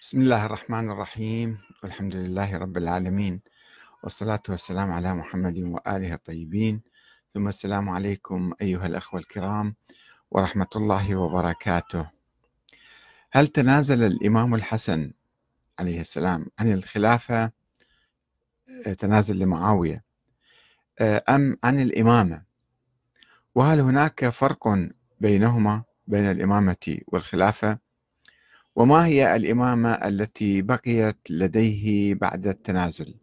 بسم الله الرحمن الرحيم والحمد لله رب العالمين والصلاة والسلام على محمد وآله الطيبين ثم السلام عليكم أيها الأخوة الكرام ورحمة الله وبركاته. هل تنازل الإمام الحسن عليه السلام عن الخلافة تنازل لمعاوية أم عن الإمامة؟ وهل هناك فرق بينهما بين الإمامة والخلافة؟ وما هي الإمامة التي بقيت لديه بعد التنازل؟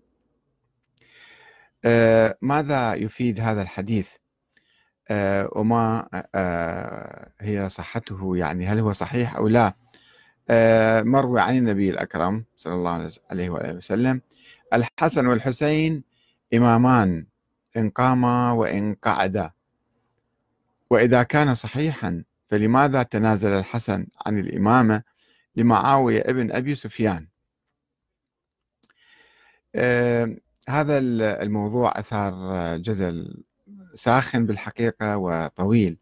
ماذا يفيد هذا الحديث؟ وما هي صحته، يعني هل هو صحيح أو لا؟ مروي عن النبي الأكرم صلى الله عليه وآله وسلم: الحسن والحسين إمامان إن قاما وإن قعدا. وإذا كان صحيحا فلماذا تنازل الحسن عن الإمامة لمعاوية ابن أبي سفيان؟ هذا الموضوع أثار جدل ساخن بالحقيقة وطويل.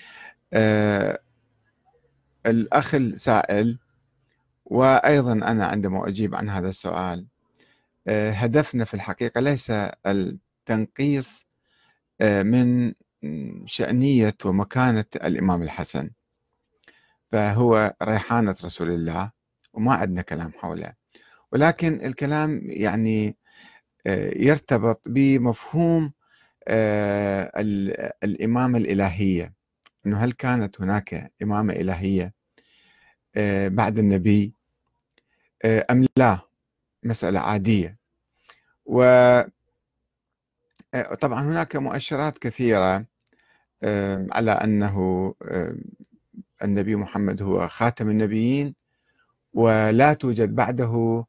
الأخ السائل وأيضا أنا عندما أجيب عن هذا السؤال، هدفنا في الحقيقة ليس التنقيص من شأنية ومكانة الإمام الحسن، فهو ريحانة رسول الله وما عندنا كلام حوله، ولكن الكلام يعني يرتبط بمفهوم الإمامة الإلهية، أنه هل كانت هناك إمامة إلهية بعد النبي أم لا؟ مسألة عادية. وطبعا هناك مؤشرات كثيرة على أنه النبي محمد هو خاتم النبيين، ولا توجد بعده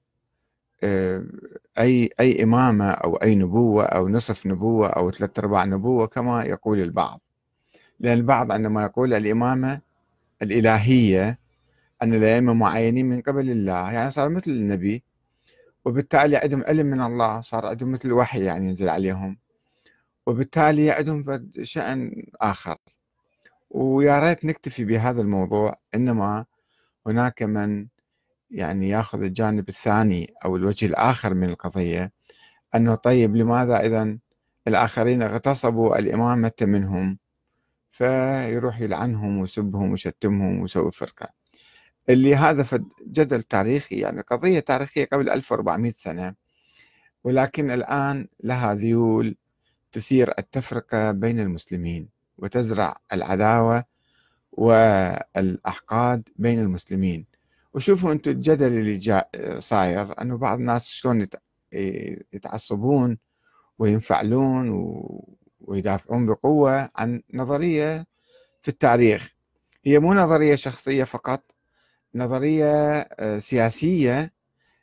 أي إمامة أو أي نبوة أو نصف نبوة أو ثلاثة أرباع نبوة كما يقول البعض. لأن البعض عندما يقول الإمامة الإلهية أن الأئمة معينين من قبل الله، يعني صار مثل النبي، وبالتالي عندهم علم من الله، صار عندهم مثل الوحي يعني ينزل عليهم، وبالتالي عندهم شأن آخر. ويا ريت نكتفي بهذا الموضوع، إنما هناك من يعني ياخذ الجانب الثاني أو الوجه الآخر من القضية، أنه طيب لماذا إذا الآخرين اغتصبوا الإمامة منهم، فيروح يلعنهم ويسبهم ويشتمهم ويسوي فرقة. اللي هذا جدل تاريخي، يعني قضية تاريخية قبل 1400 سنة، ولكن الآن لها ذيول تثير التفرقة بين المسلمين وتزرع العداوة والأحقاد بين المسلمين. وشوفوا أنتم الجدل اللي صاير، أنه بعض الناس شلون يتعصبون وينفعلون ويدافعون بقوة عن نظرية في التاريخ. هي مو نظرية شخصية فقط، نظرية سياسية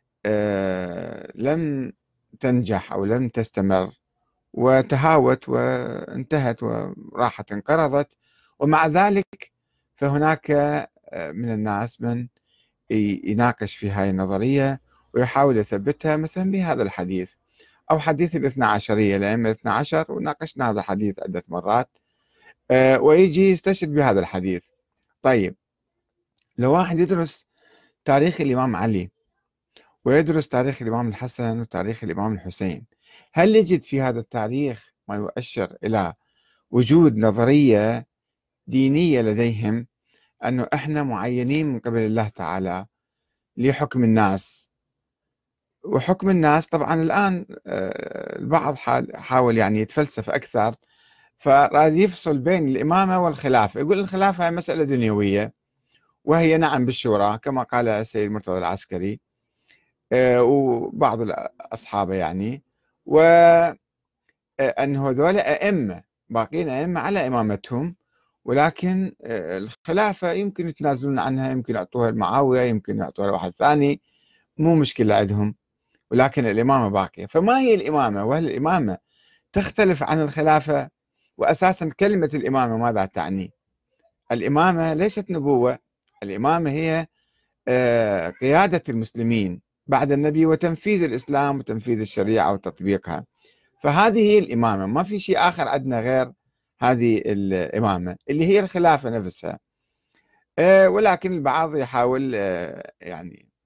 لم تنجح أو لم تستمر، وتهاوت وانتهت وراحت انقرضت. ومع ذلك فهناك من الناس من يناقش في هذه النظرية ويحاول يثبتها، مثلا بهذا الحديث أو حديث الاثنى عشرية، الأئمة الاثنى عشر، وناقشنا هذا الحديث عدة مرات، ويجي يستشهد بهذا الحديث. طيب، لو واحد يدرس تاريخ الإمام علي ويدرس تاريخ الإمام الحسن وتاريخ الإمام الحسين، هل يجد في هذا التاريخ ما يؤشر إلى وجود نظرية دينية لديهم أنه إحنا معينين من قبل الله تعالى لحكم الناس؟ وحكم الناس طبعا الآن البعض حاول يعني يتفلسف أكثر، فراد يفصل بين الإمامة والخلافة، يقول الخلافة هي مسألة دنيوية، وهي نعم بالشورى كما قال السيد مرتضى العسكري وبعض أصحابه، يعني وأن هذول أئمة باقين أئمة على إمامتهم، ولكن الخلافة يمكن يتنازلون عنها، يمكن يعطوها لمعاوية، يمكن يعطوها لواحد ثاني، مو مشكلة عندهم، ولكن الإمامة باقية. فما هي الإمامة؟ وهل الإمامة تختلف عن الخلافة؟ وأساسا كلمة الإمامة ماذا تعني؟ الإمامة ليست نبوة، الإمامة هي قيادة المسلمين بعد النبي وتنفيذ الإسلام وتنفيذ الشريعة وتطبيقها. فهذه هي الإمامة، ما في شيء آخر عندنا غير هذه الإمامة اللي هي الخلافة نفسها. ولكن البعض يحاول يعني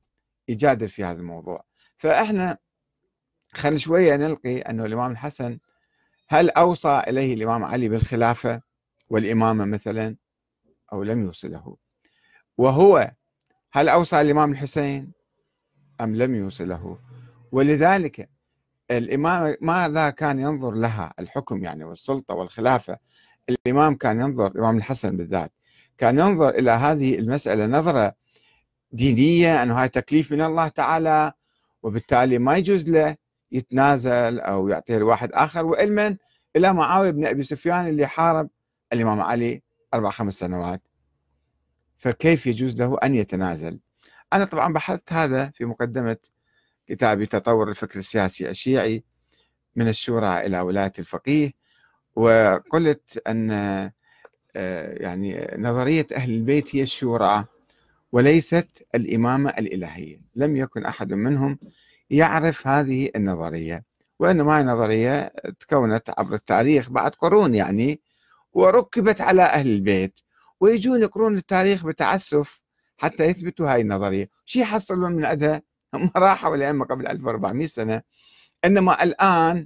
يجادل في هذا الموضوع. فإحنا خلينا شوية نلقي أنه الإمام الحسن هل أوصى إليه الإمام علي بالخلافة والإمامة مثلا أو لم يوصله؟ وهو هل أوصى الإمام الحسين أم لم يوصله؟ ولذلك الإمام ماذا كان ينظر لها الحكم يعني والسلطة والخلافة؟ الإمام كان ينظر، الإمام الحسن بالذات كان ينظر إلى هذه المسألة نظرة دينية، أنه هاي تكليف من الله تعالى، وبالتالي ما يجوز له يتنازل أو يعطيه لواحد آخر، وعلما إلى معاوية بن أبي سفيان اللي حارب الإمام علي 4 5 سنوات، فكيف يجوز له أن يتنازل؟ أنا طبعا بحثت هذا في مقدمة كتابي تطور الفكر السياسي الشيعي من الشورى إلى ولاية الفقيه، وقلت أن يعني نظرية أهل البيت هي الشورى وليست الإمامة الإلهية. لم يكن أحد منهم يعرف هذه النظرية، وإنما هي نظرية تكونت عبر التاريخ بعد قرون يعني، وركبت على أهل البيت، ويجون يقرون التاريخ بتعسف حتى يثبتوا هاي النظرية. شي يحصلون من عندها؟ هم راحوا الأئمة قبل 1400 سنة، إنما الآن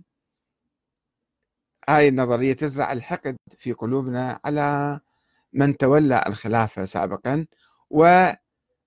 هاي النظرية تزرع الحقد في قلوبنا على من تولى الخلافة سابقا، وهناك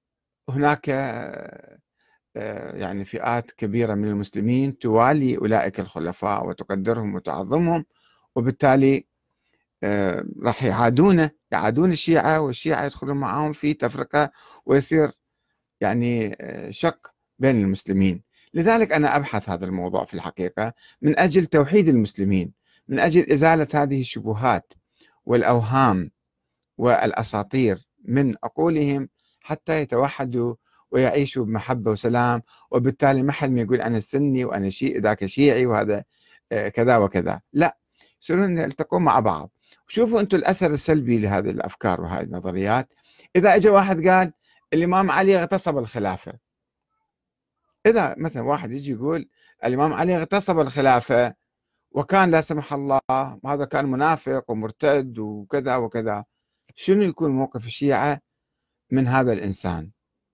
يعني فئات كبيرة من المسلمين توالي أولئك الخلفاء وتقدرهم وتعظمهم، وبالتالي راح يعادون الشيعة، والشيعة يدخلون معهم في تفرقة، ويصير يعني شق بين المسلمين. لذلك أنا أبحث هذا الموضوع في الحقيقة من أجل توحيد المسلمين، من أجل إزالة هذه الشبهات والأوهام والأساطير من عقولهم، حتى يتوحدوا ويعيشوا بمحبة وسلام، وبالتالي ما حد يقول أنا سني وأنا ذاك شيعي وهذا كذا وكذا، لا، يصيرون يلتقون مع بعض. شوفوا أنتم الأثر السلبي لهذه الأفكار وهذه النظريات. إذا أجى واحد قال الإمام علي اغتصب الخلافة، إذا مثلا واحد يجي يقول الإمام علي اغتصب الخلافة وكان لا سمح الله هذا كان منافق ومرتد وكذا وكذا، شنو يكون موقف الشيعة من هذا الإنسان؟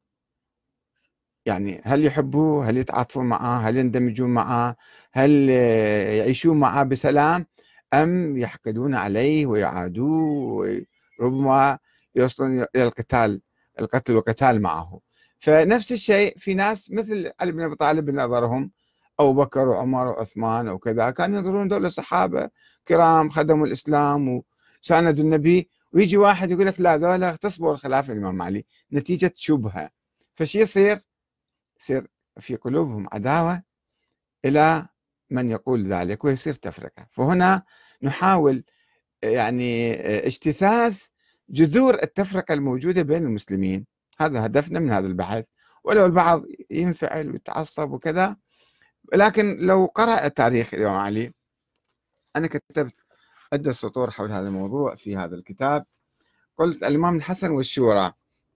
يعني هل يحبوه؟ هل يتعاطفون معه؟ هل يندمجون معه؟ هل يعيشون معه بسلام؟ أم يحقدون عليه ويعادوه وربما يوصلون إلى القتل والقتال معه؟ فنفس الشيء في ناس مثل علي بن أبي طالب بنظرهم، أبو بكر وعمر وعثمان وكذا، كانوا ينظرون دول الصحابة كرام خدموا الإسلام وساندوا النبي، ويجي واحد يقول لك لا ذولا اغتصبوا الخلافة الإمام علي نتيجة شبهة. فشي يصير في قلوبهم عداوة إلى من يقول ذلك، ويصير تفرقة. فهنا نحاول يعني اجتثاث جذور التفرقة الموجودة بين المسلمين، هذا هدفنا من هذا البحث. ولو البعض ينفعل ويتعصب وكذا، لكن لو قرأ تاريخ الإمام علي، أنا كتبت عدة سطور حول هذا الموضوع في هذا الكتاب. قلت الإمام الحسن والشورى.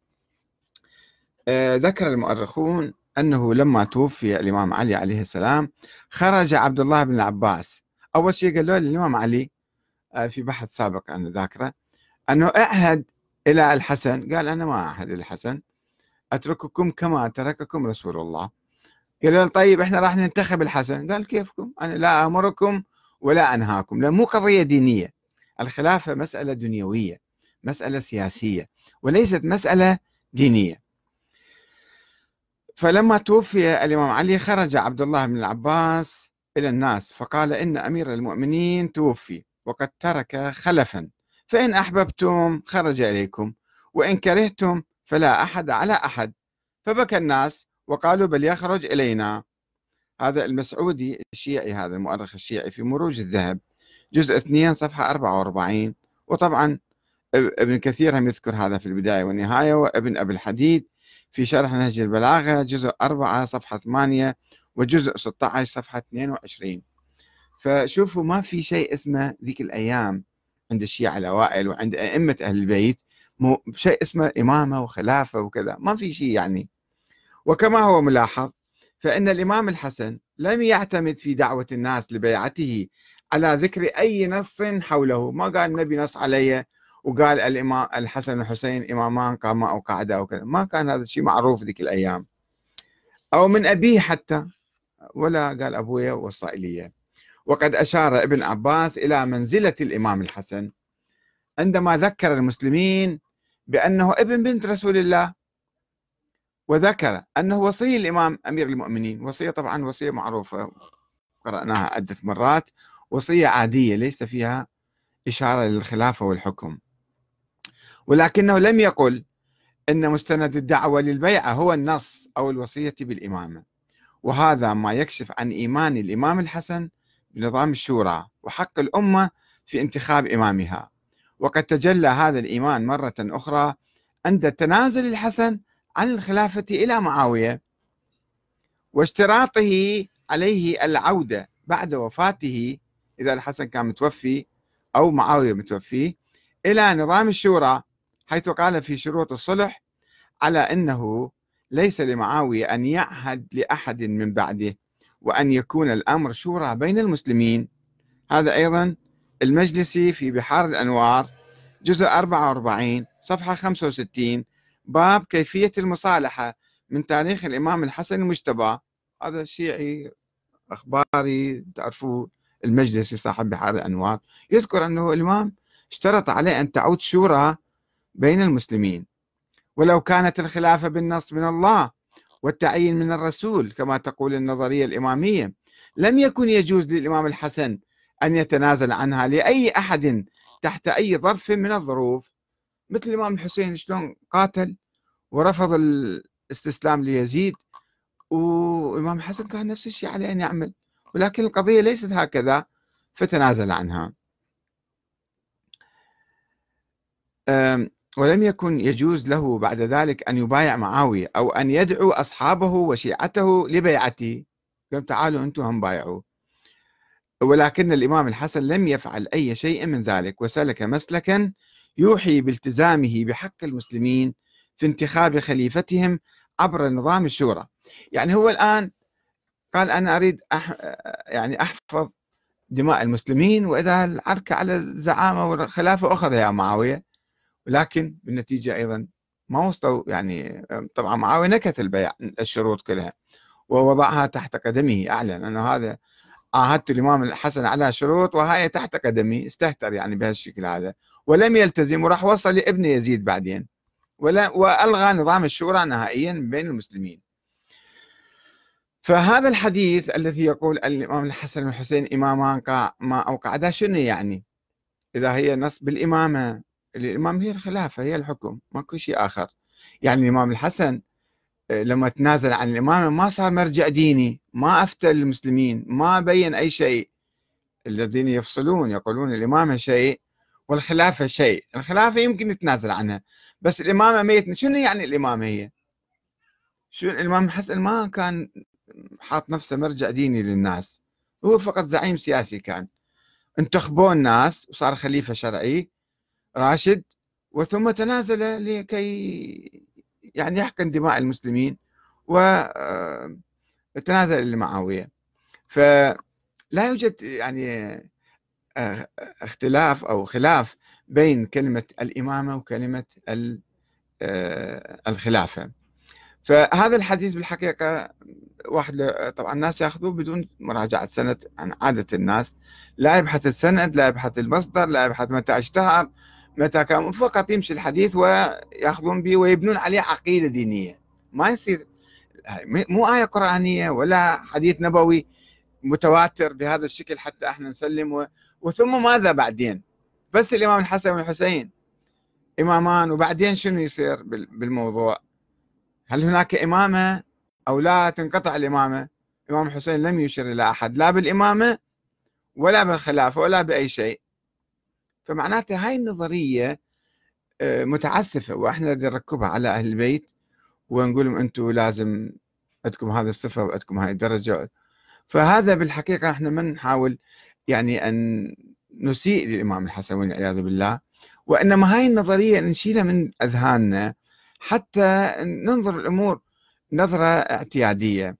ذكر المؤرخون أنه لما توفي الإمام علي عليه السلام خرج عبد الله بن العباس. أول شيء قال له الإمام علي في بحث سابق أنا ذاكره أنه أعهد إلى الحسن، قال أنا ما أعهد إلى الحسن، أترككم كما ترككم رسول الله. قال له طيب إحنا راح ننتخب الحسن، قال كيفكم، أنا لا أمركم ولا أنهاكم، لأن مو قضية دينية، الخلافة مسألة دنيوية، مسألة سياسية وليست مسألة دينية. فلما توفي الإمام علي خرج عبد الله بن العباس إلى الناس فقال إن أمير المؤمنين توفي وقد ترك خلفا، فإن أحببتم خرج إليكم وإن كرهتم فلا أحد على أحد. فبكى الناس وقالوا بل يخرج إلينا. هذا المسعودي الشيعي، هذا المؤرخ الشيعي في مروج الذهب جزء 2 صفحة 44. وطبعا ابن كثير هم يذكر هذا في البداية والنهاية، وابن أبي الحديد في شرح نهج البلاغة جزء 4 صفحة 8 وجزء 16 صفحة 22. فشوفوا ما في شيء اسمه ذيك الأيام عند الشيعة الأوائل وعند أئمة أهل البيت شيء اسمه إمامة وخلافة وكذا، ما في شيء يعني. وكما هو ملاحظ فإن الإمام الحسن لم يعتمد في دعوة الناس لبيعته على ذكر أي نص حوله، ما قال النبي نص عليه وقال الإمام الحسن والحسين إمامان قاما أو قعدا أو كذا، ما كان هذا الشيء معروف ذيك الأيام. أو من أبيه حتى، ولا قال أبويا وصى إلي. وقد أشار ابن عباس إلى منزلة الإمام الحسن عندما ذكر المسلمين بأنه ابن بنت رسول الله، وذكر أنه وصي الإمام أمير المؤمنين. وصية طبعا وصية معروفة قرأناها عدة مرات، وصية عادية ليس فيها إشارة للخلافة والحكم. ولكنه لم يقل أن مستند الدعوة للبيعة هو النص أو الوصية بالإمامة، وهذا ما يكشف عن إيمان الإمام الحسن بنظام الشورى وحق الأمة في انتخاب إمامها. وقد تجلى هذا الإيمان مرة أخرى عند تنازل الحسن عن الخلافة إلى معاوية واشتراطه عليه العودة بعد وفاته، إذا الحسن كان متوفي أو معاوية متوفي، إلى نظام الشورى، حيث قال في شروط الصلح على أنه ليس لمعاوية أن يعهد لأحد من بعده، وأن يكون الأمر شورى بين المسلمين. هذا أيضا المجلسي في بحار الأنوار جزء 44 صفحة 65، باب كيفية المصالحة من تاريخ الإمام الحسن المجتبى. هذا شيعي أخباري تعرفوه، المجلسي صاحب بحار الأنوار، يذكر أنه الإمام اشترط عليه أن تعود شورى بين المسلمين، ولو كانت الخلافة بالنص من الله والتعيين من الرسول كما تقول النظرية الإمامية، لم يكن يجوز للإمام الحسن أن يتنازل عنها لأي أحد تحت أي ظرف من الظروف. مثل الإمام الحسين شلون قاتل ورفض الاستسلام ليزيد، والإمام الحسن كان نفس الشيء عليه أن يعمل، ولكن القضية ليست هكذا فتنازل عنها. ولم يكن يجوز له بعد ذلك أن يبايع معاوية أو أن يدعو أصحابه وشيعته لبيعته، قال تعالوا أنتم هم بايعوا. ولكن الإمام الحسن لم يفعل أي شيء من ذلك، وسلك مسلكا يوحي بالتزامه بحق المسلمين في انتخاب خليفتهم عبر نظام الشورى. يعني هو الآن قال أنا أريد يعني أحفظ دماء المسلمين، وإذا العركة على الزعامة والخلافة أخذها يا معاوية، ولكن بالنتيجة أيضا ما وصلوا. يعني طبعا معاوية نكت البيع الشروط كلها ووضعها تحت قدمه، أعلن أنه هذا عاهدت الإمام الحسن على شروط وهي تحت قدمي، استهتر يعني بهالشكل هذا ولم يلتزم، وراح وصل لابن يزيد بعدين وألغى نظام الشورى نهائيا بين المسلمين. فهذا الحديث الذي يقول الإمام الحسن والحسين إمامان ما أوقعدا، شنو يعني؟ إذا هي نص بالإمامة، الإمام هي الخلافة هي الحكم، ماكو شيء آخر. يعني الإمام الحسن لما تنازل عن الإمامة ما صار مرجع ديني، ما أفتى المسلمين، ما بين أي شيء. الذين يفصلون يقولون الإمامة شيء والخلافة شيء، الخلافة يمكن يتنازل عنها بس الإمامة ميت. شنو يعني الإمامة هي؟ شو الإمام الحسن ما كان حاط نفسه مرجع ديني للناس، هو فقط زعيم سياسي كان، انتخبوه الناس وصار خليفة شرعي راشد، وثم تنازل لكي يعني يحقن دماء المسلمين وتنازل لمعاوية. فلا يوجد يعني اختلاف أو خلاف بين كلمة الإمامة وكلمة الخلافة. فهذا الحديث بالحقيقة واحد طبعا الناس ياخذوه بدون مراجعة سند، عن عادة الناس لا يبحث السند، لا يبحث المصدر، لا يبحث متى اشتهر متى كان، فقط يمشي الحديث وياخذون به ويبنون عليه عقيدة دينية. ما يصير مو آية قرآنية ولا حديث نبوي متواتر بهذا الشكل حتى احنا نسلم وثم ماذا بعدين؟ بس الإمام الحسن والحسين إمامان، وبعدين شنو يصير بالموضوع؟ هل هناك إمامة أو لا تنقطع الإمامة؟ الإمام الحسين لم يشر إلى أحد لا بالإمامة ولا بالخلافة ولا بأي شيء. فمعناته هاي النظرية متعسفة، وإحنا نركبها على أهل البيت ونقول لهم أنتم لازم عندكم هذه الصفة وعندكم هاي الدرجة. فهذا بالحقيقة إحنا ما نحاول يعني أن نسيء للإمام الحسن والعياذ بالله، وإنما هاي النظرية نشيلها من أذهاننا حتى ننظر الأمور نظرة اعتيادية.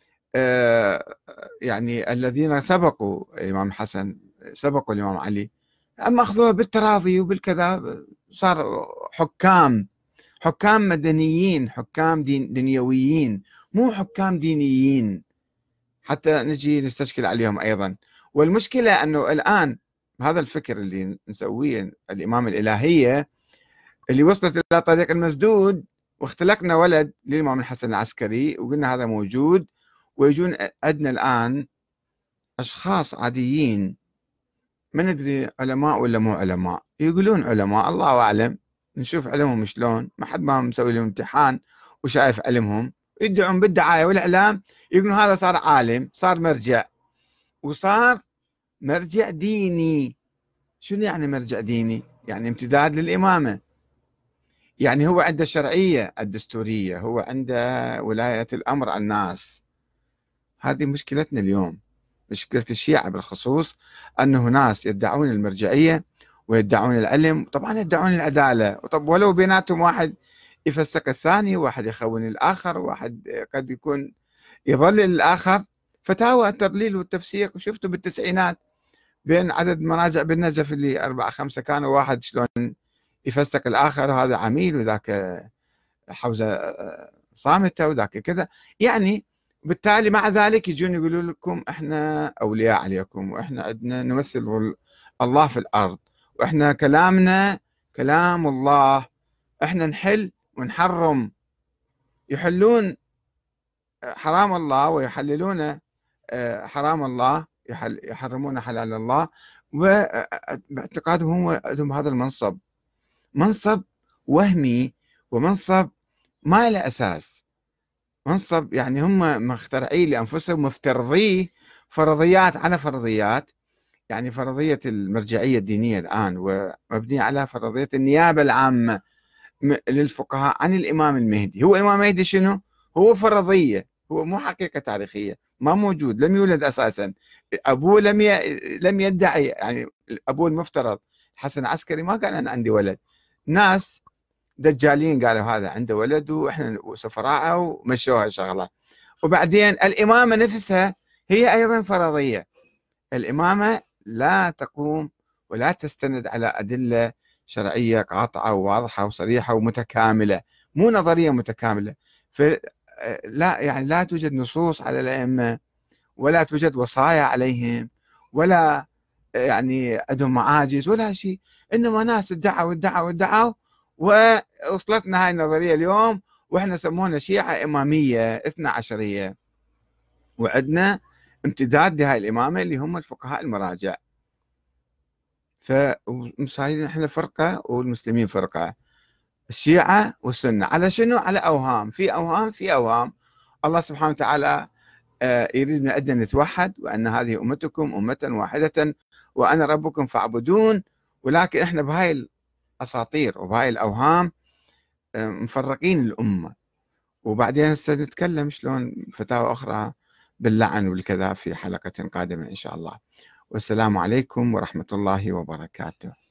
يعني الذين سبقوا الإمام الحسن سبقوا الإمام علي أما أخذوها بالتراضي وبالكذا، صار حكام مدنيين، حكام دنيويين، مو حكام دينيين حتى نجي نستشكل عليهم أيضا. والمشكلة أنه الآن هذا الفكر اللي نسويه الإمامة الإلهية اللي وصلت إلى طريق المسدود، واختلقنا ولد للإمام الحسن العسكري وقلنا هذا موجود، ويجون عندنا الآن أشخاص عاديين ما ندري علماء ولا مو علماء، يقولون علماء الله أعلم، نشوف علمهم شلون، ما حد ما مسوي لهم امتحان وشايف علمهم، يدعون بالدعاية والإعلام يقولون هذا صار عالم، صار مرجع، وصار مرجع ديني. شنو يعني مرجع ديني؟ يعني امتداد للإمامة، يعني هو عنده الشرعية الدستورية، هو عنده ولاية الأمر على الناس. هذه مشكلتنا اليوم، مشكلة الشيعة بالخصوص، أنه ناس يدعون المرجعية ويدعون العلم، طبعا يدعون العدالة، طب ولو بيناتهم واحد يفسق الثاني، واحد يخون الآخر، واحد قد يكون يضلل الآخر. فتاوى التضليل والتفسيق شفتوا بالتسعينات بين عدد مراجع بالنجف اللي 4 5 كانوا، واحد شلون يفسق الآخر، وهذا عميل وذاك حوزة صامتة وذاك كذا يعني. بالتالي مع ذلك يجون يقولوا لكم احنا اولياء عليكم، واحنا عندنا نمثل الله في الارض، واحنا كلامنا كلام الله، احنا نحل ونحرم، يحلون حرام الله ويحللون حرام الله، يحرمون حلال الله، وباعتقادهم هم عندهم هذا المنصب، منصب وهمي ومنصب ما له اساس، منصب يعني هم مخترعين لأنفسهم، مفترضيه فرضيات على فرضيات. يعني فرضية المرجعية الدينية الآن ومبنية على فرضية النيابة العامة للفقهاء عن الإمام المهدي. هو الإمام المهدي شنو؟ هو فرضية، هو مو حقيقة تاريخية، ما موجود، لم يولد أساسا، أبوه لم يدعي، يعني أبوه المفترض الحسن العسكري ما قال أنا عندي ولد، ناس دجالين قالوا هذا عنده ولد واحنا سفراء ومشوها شغله. وبعدين الامامه نفسها هي ايضا فرضيه، الامامه لا تقوم ولا تستند على ادله شرعيه قاطعه وواضحه وصريحه ومتكامله، مو نظريه متكامله. لا يعني لا توجد نصوص على الائمه، ولا توجد وصايا عليهم، ولا يعني عندهم معاجز ولا شيء، انما ناس ادعوا ووصلتنا هاي النظريه اليوم، واحنا سمونا شيعه اماميه 12، وعندنا امتداد لهاي الامامه اللي هم الفقهاء المراجع. فمصايرين احنا فرقه والمسلمين فرقه، الشيعه والسنه، على شنو؟ على اوهام، في اوهام. الله سبحانه وتعالى يريد من عندنا نتوحد، وأن هذه أمتكم أمة واحدة وأنا ربكم فاعبدون، ولكن إحنا بهاي الأساطير وبهاي الأوهام مفرقين الأمة. وبعدين سنتكلم شلون فتاوى أخرى باللعن والكذا في حلقة قادمة إن شاء الله. والسلام عليكم ورحمة الله وبركاته.